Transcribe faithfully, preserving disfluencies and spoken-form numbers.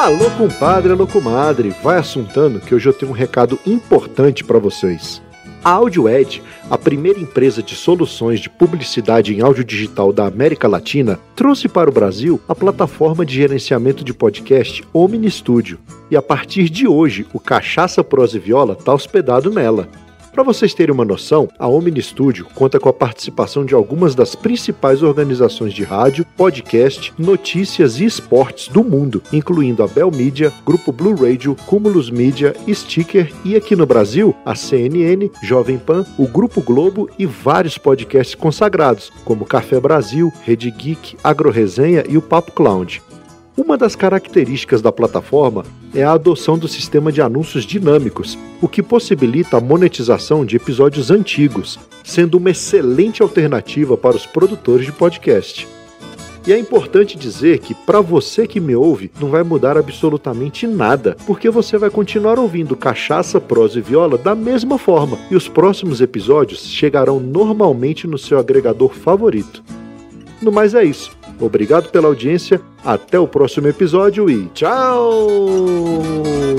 Alô, compadre, alô, comadre, vai assuntando que hoje eu tenho um recado importante para vocês. A AudioEd, a primeira empresa de soluções de publicidade em áudio digital da América Latina, trouxe para o Brasil a plataforma de gerenciamento de podcast Omni Studio. E a partir de hoje, o Cachaça, Prosa e Viola está hospedado nela. Para vocês terem uma noção, a Omni Studio conta com a participação de algumas das principais organizações de rádio, podcast, notícias e esportes do mundo, incluindo a Bell Media, Grupo Blue Radio, Cumulus Media, Sticker e aqui no Brasil, a C N N, Jovem Pan, o Grupo Globo e vários podcasts consagrados, como Café Brasil, Rede Geek, AgroResenha e o Papo Cloud. Uma das características da plataforma é a adoção do sistema de anúncios dinâmicos, o que possibilita a monetização de episódios antigos, sendo uma excelente alternativa para os produtores de podcast. E é importante dizer que, para você que me ouve, não vai mudar absolutamente nada, porque você vai continuar ouvindo Cachaça, Prosa e Viola da mesma forma, e os próximos episódios chegarão normalmente no seu agregador favorito. No mais é isso. Obrigado pela audiência, até o próximo episódio e tchau!